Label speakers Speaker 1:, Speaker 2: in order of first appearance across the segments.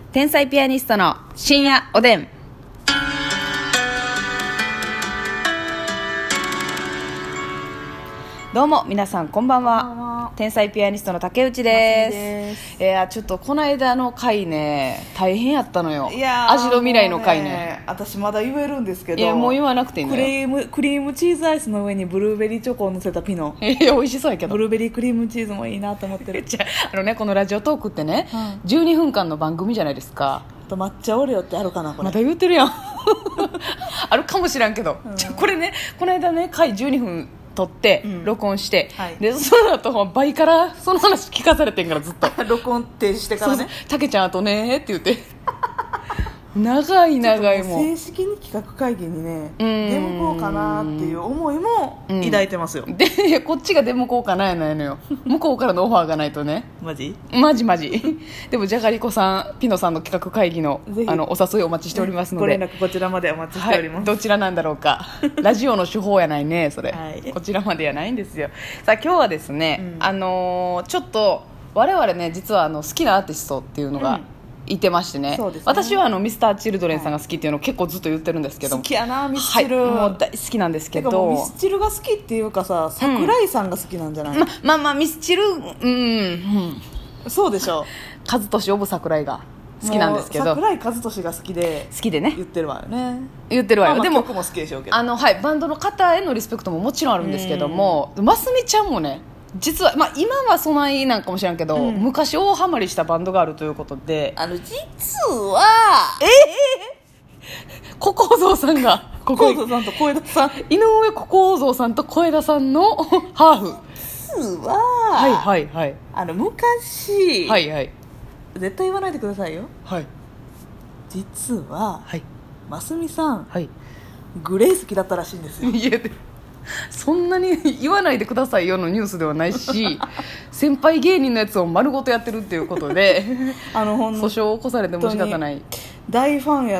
Speaker 1: 天才ピアニストの深夜おでん。どうも皆さんこんばんは。天才ピアニストの竹内です。ちょっとこの間の回ね大変やったのよ。味の未来の回ね。
Speaker 2: 私まだ言えるんですけど、
Speaker 1: いやもう言わなくていいんだよ。
Speaker 2: クリームチーズアイスの上にブルーベリーチョコを乗せたピノ。
Speaker 1: 美味しそうやけど、
Speaker 2: ブルーベリークリームチーズもいいなと思ってる。
Speaker 1: このラジオトークってね、12分間の番組じゃないですか。
Speaker 2: あと抹茶オレオってあるかなこれ。
Speaker 1: また言ってるやんあるかもしらんけど、これねこの間ね回12分撮って、録音して、でその後倍からその話聞かされてんからずっと
Speaker 2: 録音停止してからね。
Speaker 1: たけちゃんあとねって言って長いもう
Speaker 2: 正式に企画会議にね出向こうかなっていう思いも抱いてますよ。
Speaker 1: でこっちが出向こうかなやないのよ向こうからのオファーがないとね。マジでもじゃがりこさんピノさんの企画会議のお誘いお待ちしておりますので、
Speaker 2: ご連絡こちらまでお待ちしております。
Speaker 1: どちらなんだろうかラジオの手法やないねそれ、こちらまでやないんですよ。さあ今日はですね、ちょっと我々ね実は好きなアーティストっていうのが、いてましてね。私はミスターチルドレンさんが好きっていうのを結構ずっと言ってるんですけど、
Speaker 2: 好きやなミスチル、
Speaker 1: もう大好きなんですけど、
Speaker 2: ミスチルが好きっていうかさ桜井さんが好きなんじゃない？
Speaker 1: まあミスチル
Speaker 2: そうでしょ。
Speaker 1: 和俊オブ桜井が好きなんですけど、
Speaker 2: 桜井和俊が好きで
Speaker 1: ね
Speaker 2: 言ってるわよね。
Speaker 1: 言ってるわよ。でも
Speaker 2: 曲も好きでしょうけど、
Speaker 1: バンドの方へのリスペクトももちろんあるんですけども、ますみちゃんもね実は、今はそないなんかもしれんけど、昔大ハマりしたバンドがあるということで、
Speaker 2: 実は
Speaker 1: 小公造さんが
Speaker 2: 小公造さんと小枝さん
Speaker 1: 井上小公造さんと小枝さんのハーフ。
Speaker 2: 実は昔、絶対言わないでくださいよ。実は、ますみさん、グレー好きだったらしいんですよ。
Speaker 1: いやそんなに言わないでくださいよのニュースではないし先輩芸人のやつを丸ごとやってるっていうことで訴訟を起こされても仕方ない。
Speaker 2: 大ファンやって、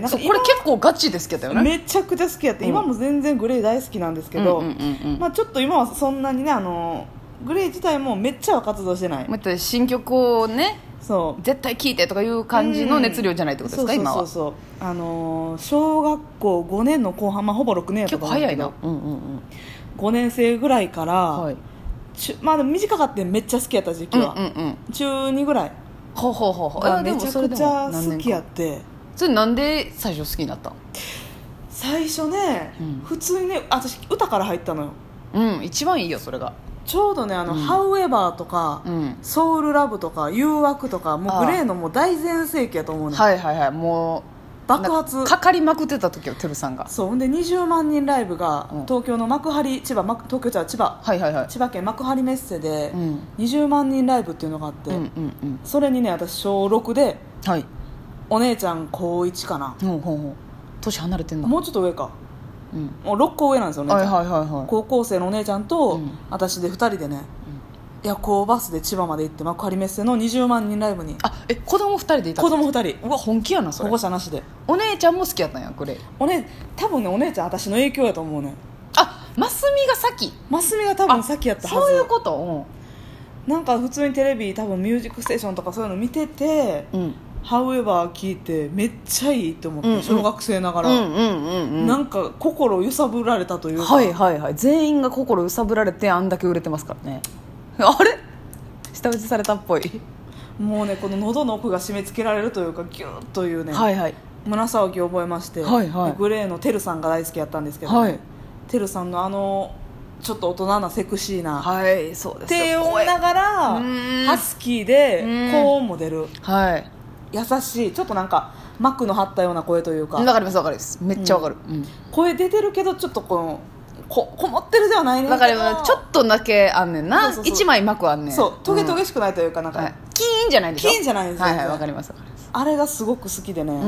Speaker 1: なんかこれ結構ガチですけどね。
Speaker 2: めちゃくちゃ好きやって、今も全然グレー大好きなんですけど、ちょっと今はそんなにねグレー自体もめっちゃは活動してない。
Speaker 1: 新曲をね絶対聴いてとかいう感じの熱量じゃないってことですか、今は。
Speaker 2: 小学校5年の後半、ほぼ6年やったと思うんだけど、5年生ぐらいから、でも短かっためっちゃ好きやった時期は、中2ぐらいめちゃくちゃ好きやって。
Speaker 1: それなんで最初好きになったの？
Speaker 2: 最初ね、普通にね私歌から入ったのよ。
Speaker 1: 一番いいよそれが。
Speaker 2: ちょうどねHowever とか、ソウルラブとか誘惑とか、もうグレーのもう大全盛期やと思うね。
Speaker 1: もう
Speaker 2: 爆発
Speaker 1: かかりまくってた時よてるさんが。
Speaker 2: そうで20万人ライブが、東京の幕張千葉県幕張メッセで、20万人ライブっていうのがあって、それにね私小6で、お姉ちゃん高1かな、
Speaker 1: 年離れてんの？も
Speaker 2: もうちょっと上か、もう6個上なんですよね、高校生のお姉ちゃんと、私で2人でね、夜行バスで千葉まで行って幕張メッセの20万人ライブに。
Speaker 1: 子供2人でいた？
Speaker 2: 子供2人。
Speaker 1: うわ本気やなそれ。
Speaker 2: 保護者なしで。
Speaker 1: お姉ちゃんも好きやったんやこれ。
Speaker 2: 多分ねお姉ちゃん私の影響やと思うね。
Speaker 1: ますみが先。
Speaker 2: ますみが多分先やったはず。
Speaker 1: そういうこと。
Speaker 2: なんか普通にテレビ多分ミュージックステーションとかそういうの見てて、However 聞いてめっちゃいいと思って、小学生ながら、なんか心揺さぶられたというか、
Speaker 1: 全員が心揺さぶられてあんだけ売れてますからね。あれ下打ちされたっぽい。
Speaker 2: もうねこの喉の奥が締め付けられるというかギュッというね、胸騒ぎを覚えまして、グレーのテルさんが大好きやったんですけど、テルさんのちょっと大人なセクシーな、低音ながらハスキーで高音も出る、優しいちょっとなんか膜の張ったような声というか。
Speaker 1: わかりますめっちゃわかる、
Speaker 2: 声出てるけどちょっとこもってるではないねんけど、
Speaker 1: ちょっとだけあんねんな。一枚膜あんねん。
Speaker 2: トゲトゲしくないというか、なんか
Speaker 1: キーンじゃないでしょ。
Speaker 2: キーンじゃないですよ。
Speaker 1: わかります。
Speaker 2: あれがすごく好きでね、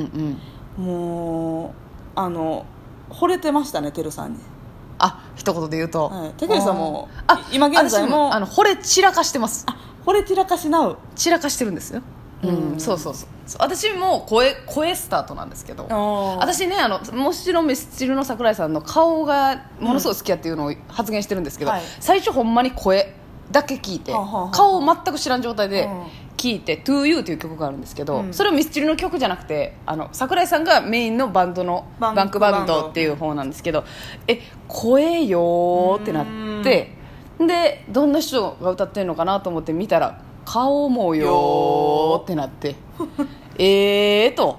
Speaker 2: もう惚れてましたねテルさんに。
Speaker 1: 一言で言うと、
Speaker 2: 竹内さんも今現在も
Speaker 1: 惚れ散らかしてます。
Speaker 2: 惚れ散らかしなう
Speaker 1: 散らかしてるんですよ。そう私も声スタートなんですけど、私ねもちろんミスチルの桜井さんの顔がものすごい好きやっていうのを発言してるんですけど、最初ほんまに声だけ聞いて、顔を全く知らん状態で、 聴いて To You という曲があるんですけど、それはミスチルの曲じゃなくて桜井さんがメインのバンドのバンクバンドっていう方なんですけど、怖えよってなって、でどんな人が歌ってるのかなと思って見たら顔もよってなってと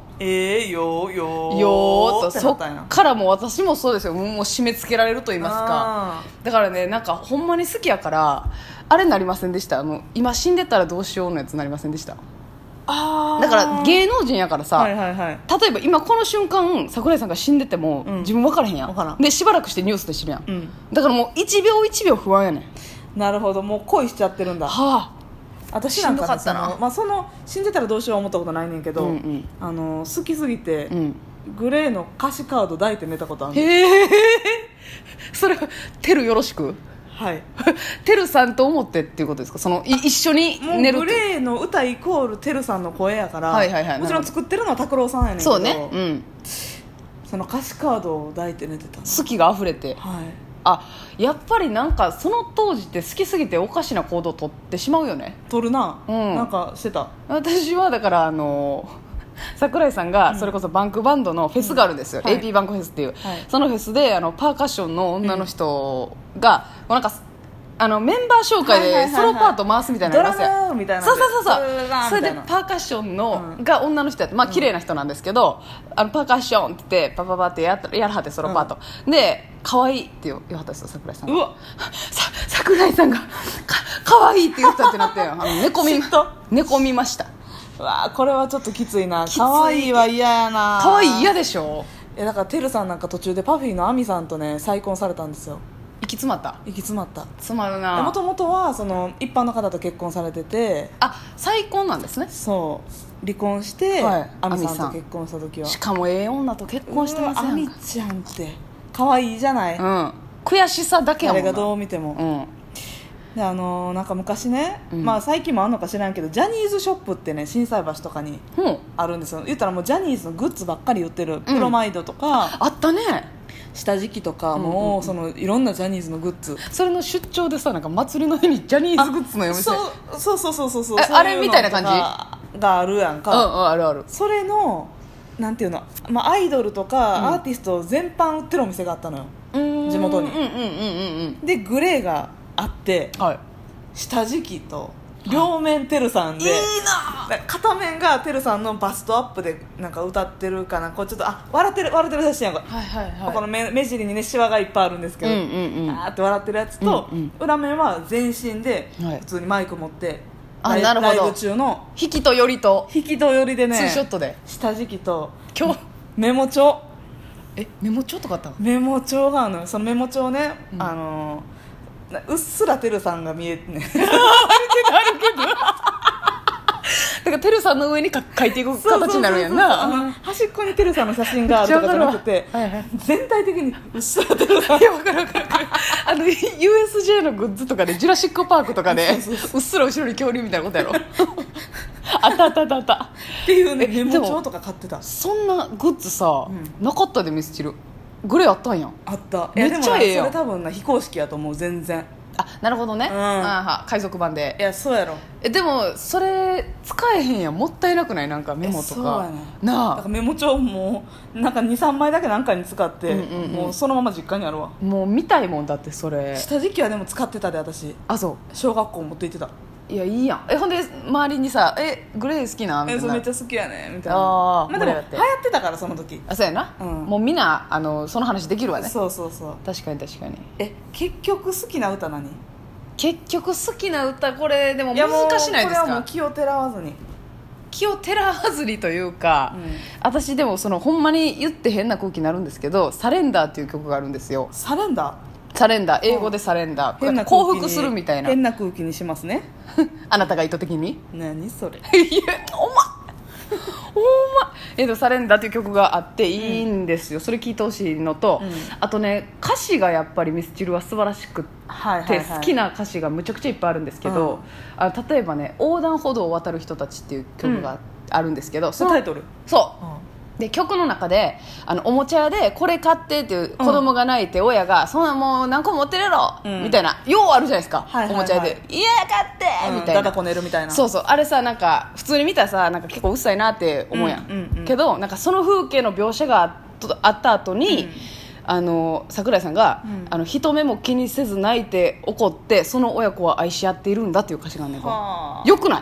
Speaker 1: とそっからもう私もそうですよ、もう締め付けられると言いますか。だからね、なんかほんまに好きやからあれなりませんでした。今死んでたらどうしようのやつなりませんでした。だから芸能人やからさ、例えば今この瞬間桜井さんが死んでても、自分分からへんやん。でしばらくしてニュースで知るやん、だからもう1秒1秒不安やね
Speaker 2: ん。なるほど、もう恋しちゃってるんだ。私なんかね、死んでたらどうしよう思ったことないねんけど、好きすぎて、グレーの歌詞カード抱いて寝たことある。
Speaker 1: それテルよろしく。テルさんと思ってっていうことですか。一緒に寝る。
Speaker 2: もうグレーの歌イコールテルさんの声やから、もちろん作ってるのは拓郎さんやねんけど、
Speaker 1: そうね、
Speaker 2: その歌詞カードを抱いて寝てた。
Speaker 1: 好きが溢れて、やっぱりなんかその当時って好きすぎておかしな行動を取ってしまうよね。
Speaker 2: 取るな、なんかしてた。
Speaker 1: 私はだから桜井さんがそれこそバンクバンドのフェスがあるんですよ、AP バンクフェスっていう、そのフェスでパーカッションの女の人が、なんかメンバー紹介でソロパート回すみたいなのありますよ。
Speaker 2: ドラムみたいな。
Speaker 1: そうそれでパーカッションの、が女の人やって、綺麗な人なんですけど、パーカッションって言ってパパパってやらはってソロパート、で可愛いって言わはったんですよ桜井さんが。うわ桜井さんが可愛いって言ったってなって寝込みました。
Speaker 2: うわこれはちょっときついな。可愛いは嫌やな。
Speaker 1: 可愛い嫌でしょ。
Speaker 2: だからテルさんなんか途中でパフィーのアミさんとね再婚されたんですよ。
Speaker 1: 行き詰まった。詰まるな。
Speaker 2: もともとは一般の方と結婚されてて、
Speaker 1: 再婚なんですね。
Speaker 2: そう離婚して、アミさんと結婚した時は
Speaker 1: しかも女と結婚してますやんか。
Speaker 2: アミちゃんって可愛いじゃない、
Speaker 1: 悔しさだけやもんな。
Speaker 2: 誰がどう見ても、でなんか昔ね、最近もあんのか知らんけどジャニーズショップってね心斎橋とかにあるんですよ。言ったらもうジャニーズのグッズばっかり売ってる、プロマイドとか
Speaker 1: あったね。
Speaker 2: 下敷きとかも、いろんなジャニーズのグッズ、
Speaker 1: それの出張でさ、なんか祭りの日にジャニーズグッズのお店、
Speaker 2: そう
Speaker 1: あれみたいな感じ
Speaker 2: があるやんか、
Speaker 1: あるある。
Speaker 2: それのなんていうの、アイドルとかアーティスト全般売ってるお店があったのよ、地元に。でグレーがあって、下敷きと両面テルさんで、いいな。片面がテルさんのバストアップでなんか歌ってるかな、こうちょっと笑ってる写真やんか、この目尻にねシワがいっぱいあるんですけど、あーって笑ってるやつと、裏面は全身で普通にマイク持って、ライブ中の
Speaker 1: 引きと寄り
Speaker 2: でね、
Speaker 1: ツーショットで
Speaker 2: 下敷きと
Speaker 1: 今日
Speaker 2: メモ帳
Speaker 1: メモ帳とかあったの。
Speaker 2: メモ帳があるのよ。そのメモ帳ね、うっすらテルさんが見えてね
Speaker 1: だからテルさんの上に書いていく形になるんやんな。
Speaker 2: 端っこにテルさんの写真があるとかじゃなくて、全体的にうっすらテルさん。
Speaker 1: 分かるUSJ のグッズとかでジュラシックパークとかでうっすら後ろに恐竜みたいなことやろあった
Speaker 2: っていうね、メモ帳とか買ってた。
Speaker 1: そんなグッズさ、なかったでミスチル。グレーあったんやん。
Speaker 2: あった。
Speaker 1: めっちゃええやん。
Speaker 2: それ多分な非公式やと思う。全然。
Speaker 1: なるほどね、海賊版で。
Speaker 2: いやそうやろ。
Speaker 1: でもそれ使えへんやん。もったいなくない？なんかメモとか。
Speaker 2: そうやね。なあ。だからメモ帳もなんか 2,3 枚だけなんかに使って、もうそのまま実家にあるわ。
Speaker 1: もう見たいもんだってそれ。
Speaker 2: 下敷きはでも使ってたで私。
Speaker 1: そう。
Speaker 2: 小学校持って行ってた。
Speaker 1: いやいいやん。ほんで周りにさグレー好きなみたいな。
Speaker 2: めっちゃ好きやねみたいな。でも流行ってたからその時。
Speaker 1: そうやな、もうみんなその話できるわね。
Speaker 2: そう
Speaker 1: 確かに
Speaker 2: 結局好きな歌何？
Speaker 1: 結局好きな歌、これでも難しないですか？
Speaker 2: これはもう気をてらわ
Speaker 1: ずにというか、私でもほんまに言って変な空気になるんですけど、サレンダーっていう曲があるんですよ。
Speaker 2: サレンダ
Speaker 1: ー、英語でサレンダー、降伏するみたいな。
Speaker 2: 変な空気にしますね
Speaker 1: あなたが意図的に。
Speaker 2: 何それ
Speaker 1: いやお前サレンダーっていう曲があっていいんですよ、それ聴いてほしいのと、あとね、歌詞がやっぱりミスチルは素晴らしくって、好きな歌詞がむちゃくちゃいっぱいあるんですけど、例えばね、横断歩道を渡る人たちっていう曲があるんですけど、
Speaker 2: そのタイトル。
Speaker 1: そう、 で曲の中でおもちゃ屋でこれ買ってっていう子供が泣いて、親がそんなもう何個持ってるやろ、みたいなようあるじゃないですか、おもちゃ屋でいや買って、みたいな
Speaker 2: ダダこねるみたいな。
Speaker 1: そうそう、あれさなんか普通に見たらさなんか結構うっさいなって思うやん、けどなんかその風景の描写があった後に、桜井さんが、人目も気にせず泣いて怒ってその親子は愛し合っているんだっていう歌詞があるねん。よくない？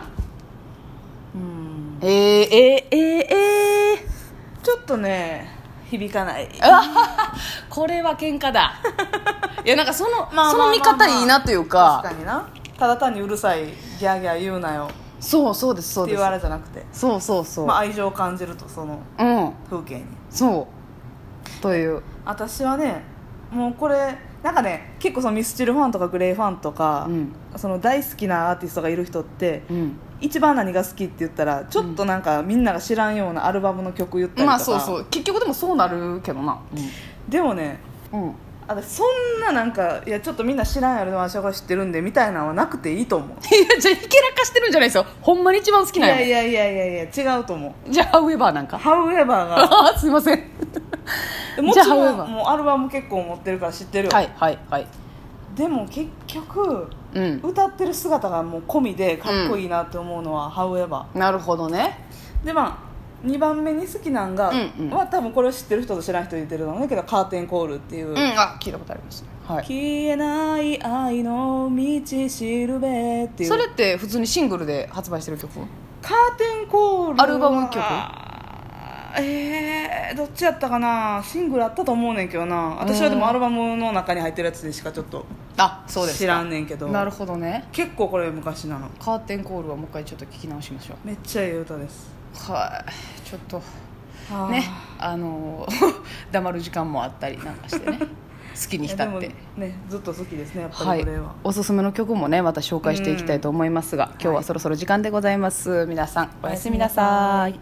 Speaker 2: ちょっとね響かない。
Speaker 1: これは喧嘩だ。いやなんかその見方いいなというか、
Speaker 2: 確かにな、ただ単にうるさいギャーギャー言うなよ、
Speaker 1: そうそうですそうです
Speaker 2: っていうあれじゃなくて、
Speaker 1: そうそうそう、
Speaker 2: 愛情を感じるとその風景に、
Speaker 1: そうという。
Speaker 2: 私はねもうこれなんかね結構そのミスチルファンとかグレイファンとか、その大好きなアーティストがいる人って、一番何が好きって言ったらちょっとなんかみんなが知らんようなアルバムの曲言ったりとか、
Speaker 1: そうそう結局でもそうなるけどな、
Speaker 2: でもね、私そんななんかいやちょっとみんな知らんやろ私は知ってるんでみたいなのはなくていいと思う。
Speaker 1: いやじゃあひけらかしてるんじゃないですよ、ほんまに一番好きなの。
Speaker 2: いや違うと思う。
Speaker 1: じゃあハウエバーなんか
Speaker 2: ハウエバーが
Speaker 1: すいません
Speaker 2: もちろんもうアルバム結構持ってるから知ってるよ。
Speaker 1: はいはいはい。
Speaker 2: でも結局、歌ってる姿がもう込みでかっこいいなって思うのは、ハウエバ
Speaker 1: ー。なるほどね。
Speaker 2: で2番目に好きなんが、多分これを知ってる人と知らない人言ってるのだけど、カーテンコールっていう、
Speaker 1: 聞いたことあります、
Speaker 2: 消えない愛の道しるべっていう。
Speaker 1: それって普通にシングルで発売してる曲？
Speaker 2: カーテンコール
Speaker 1: アルバム曲？
Speaker 2: どっちやったかな。シングルあったと思うねんけどな。私はでもアルバムの中に入ってるやつでしかちょっと知らんねんけど。
Speaker 1: なるほどね。
Speaker 2: 結構これ昔なの。
Speaker 1: カーテンコールはもう一回ちょっと聞き直しましょう。
Speaker 2: めっちゃいい歌です。
Speaker 1: ちょっとね黙る時間もあったりなんかしてね好きに浸って
Speaker 2: ね、ずっと好きですねやっぱりこれは、
Speaker 1: おすすめの曲もねまた紹介していきたいと思いますが、今日はそろそろ時間でございます。皆さんおやすみなさい。